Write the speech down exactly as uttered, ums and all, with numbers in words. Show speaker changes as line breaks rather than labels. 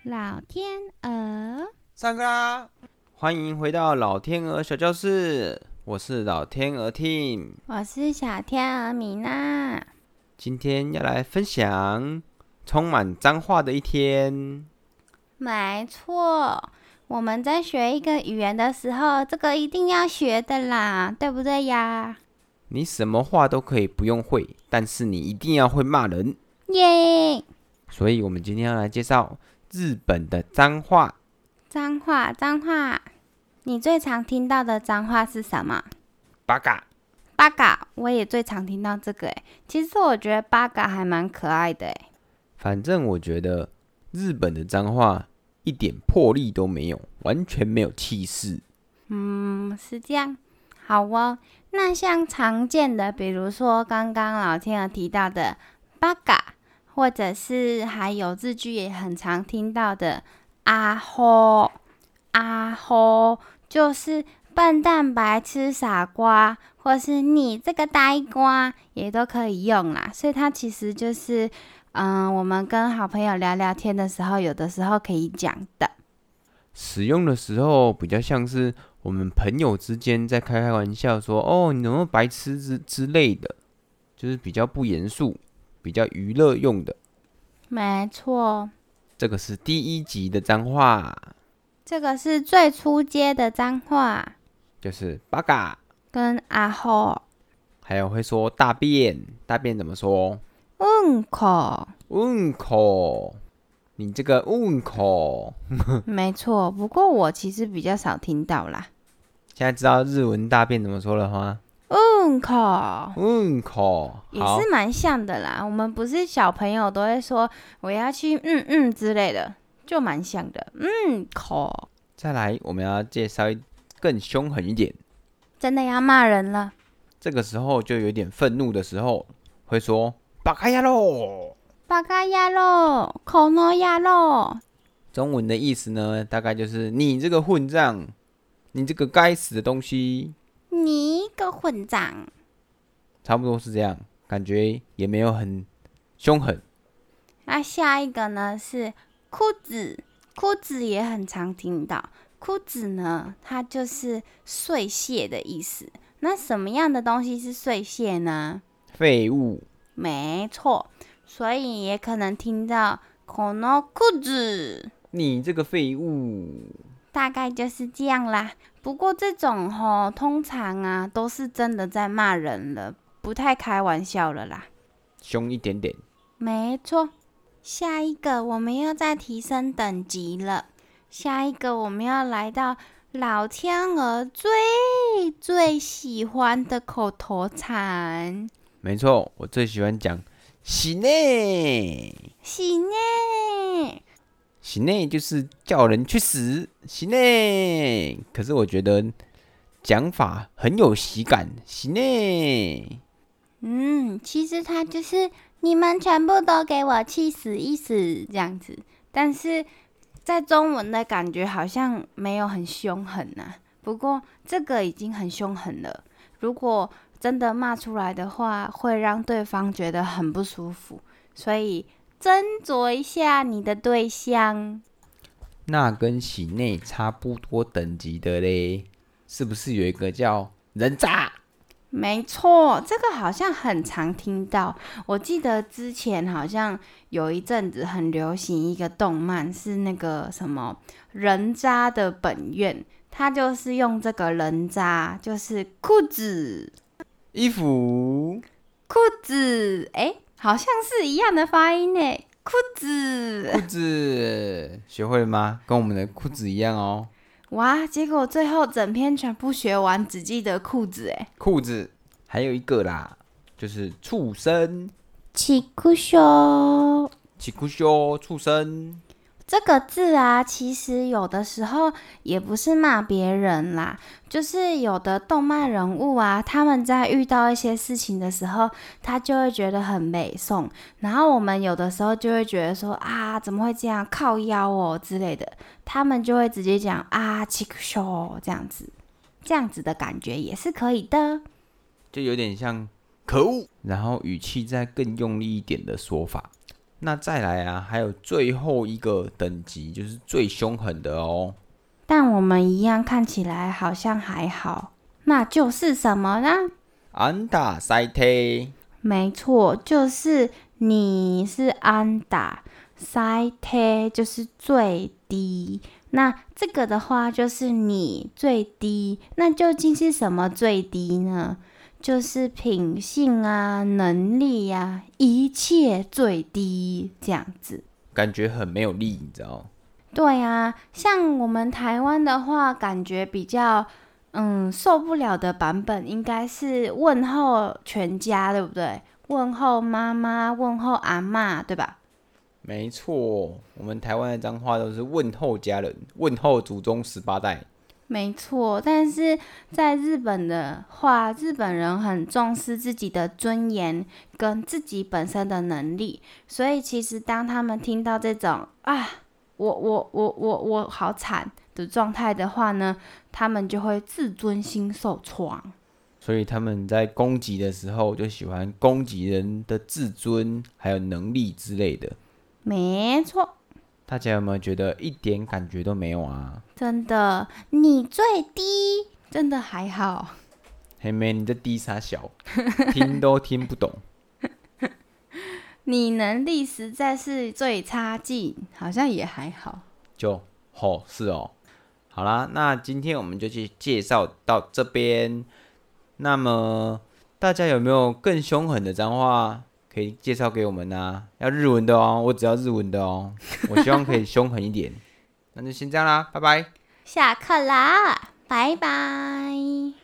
老天鹅，
上课啦！欢迎回到老天鹅小教室，我是老天鹅 Tim，
我是小天鹅米娜。
今天要来分享充满脏话的一天。
没错，我们在学一个语言的时候，这个一定要学的啦，对不对呀？
你什么话都可以不用会，但是你一定要会骂人。
耶！
所以我们今天要来介绍日本的脏话。
脏话，脏话，你最常听到的脏话是什么？
八嘎。
八嘎，我也最常听到这个诶。其实我觉得八嘎还蛮可爱的诶。
反正我觉得日本的脏话一点魄力都没有，完全没有气势。
嗯，是这样。好哦，那像常见的，比如说刚刚老天鹅提到的八嘎，或者是还有日剧也很常听到的阿吼阿吼，就是笨蛋白痴傻瓜，或是你这个呆瓜，也都可以用啦。所以它其实就是，嗯，我们跟好朋友聊聊天的时候，有的时候可以讲的。
使用的时候比较像是我们朋友之间在开开玩笑说，哦，你怎么白痴之之类的，就是比较不严肃，比较娱乐用的。
没错，
这个是第一集的脏话，
这个是最初阶的脏话，
就是八嘎。
跟阿吼、
还有会说大便，大便怎么说？
嗯口。
嗯口，你这个嗯口。
没错，不过我其实比较少听到啦。
现在知道日文大便怎么说了吗？
嗯口
嗯口，
也是蛮像的啦。我们不是小朋友都会说我要去嗯嗯之类的，就蛮像的。嗯口，
再来，我们要介绍更凶狠一点。
真的要骂人了。
这个时候就有点愤怒的时候，会说“巴卡亚喽”。
巴嘎呀喽，口诺呀喽。
中文的意思呢，大概就是你这个混账，你这个该死的东西，
你个混账。
差不多是这样，感觉也没有很凶狠。
那下一个呢是裤子，裤子也很常听到。裤子呢，它就是碎屑的意思。那什么样的东西是碎屑呢？
废物。
没错，所以也可能听到この裤子，
你这个废物。
大概就是这样啦。不过这种吼，通常啊都是真的在骂人了，不太开玩笑了啦。
凶一点点。
没错，下一个我们要再提升等级了。下一个我们要来到老天鹅最最喜欢的口头禅。
没错，我最喜欢讲洗内。
洗内，
洗内就是叫人去死，洗内。可是我觉得讲法很有喜感，洗内。
嗯，其实它就是你们全部都给我去死一死这样子，但是在中文的感觉好像没有很凶狠啊。不过这个已经很凶狠了，如果真的骂出来的话，会让对方觉得很不舒服，所以斟酌一下你的对象。
那跟洗内差不多等级的嘞，是不是有一个叫人渣？
没错，这个好像很常听到。我记得之前好像有一阵子很流行一个动漫，是那个什么人渣的本愿，他就是用这个人渣，就是裤子、
衣服、
裤子，哎，好像是一样的发音呢。裤子，
裤子，学会了吗？跟我们的裤子一样哦。
哇！结果最后整篇全部学完，只记得裤子，哎，
裤子，还有一个啦，就是畜生。
气酷羞。
起酷修，畜生。
这个字啊，其实有的时候也不是骂别人啦，就是有的动漫人物啊，他们在遇到一些事情的时候，他就会觉得很美颂，然后我们有的时候就会觉得说啊，怎么会这样，靠腰哦之类的，他们就会直接讲啊，气酷羞这样子，这样子的感觉也是可以的，
就有点像可恶，然后语气再更用力一点的说法。 那再来啊，还有最后一个等级，就是最凶狠的哦。
但我们一样看起来好像还好，那就是什么呢？
安打塞推。
没错，就是你是安打，塞推就是最低。那这个的话就是你最低，那究竟是什么最低呢？就是品性啊、能力啊，一切最低这样子。
感觉很没有力，你知道？
对啊，像我们台湾的话，感觉比较嗯受不了的版本应该是问候全家，对不对？问候妈妈，问候阿嬷，对吧？
没错，我们台湾的脏话都是问候家人，问候祖宗十八代。
没错，但是在日本的话，日本人很重视自己的尊严跟自己本身的能力，所以其实当他们听到这种啊，我我我我我好惨的状态的话呢，他们就会自尊心受创。
所以他们在攻击的时候就喜欢攻击人的自尊还有能力之类的。
没错，
大家有没有觉得一点感觉都没有啊？
真的，你最低，真的还好。
黑妹，你的低傻小，听都听不懂。
你能力实在是最差劲，好像也还好。
就哦，是哦。好啦，那今天我们就去介绍到这边。那么大家有没有更凶狠的脏话可以介绍给我们呢？要日文的哦，我只要日文的哦。我希望可以凶狠一点。那就先这样啦，拜拜。
下课啦，拜拜。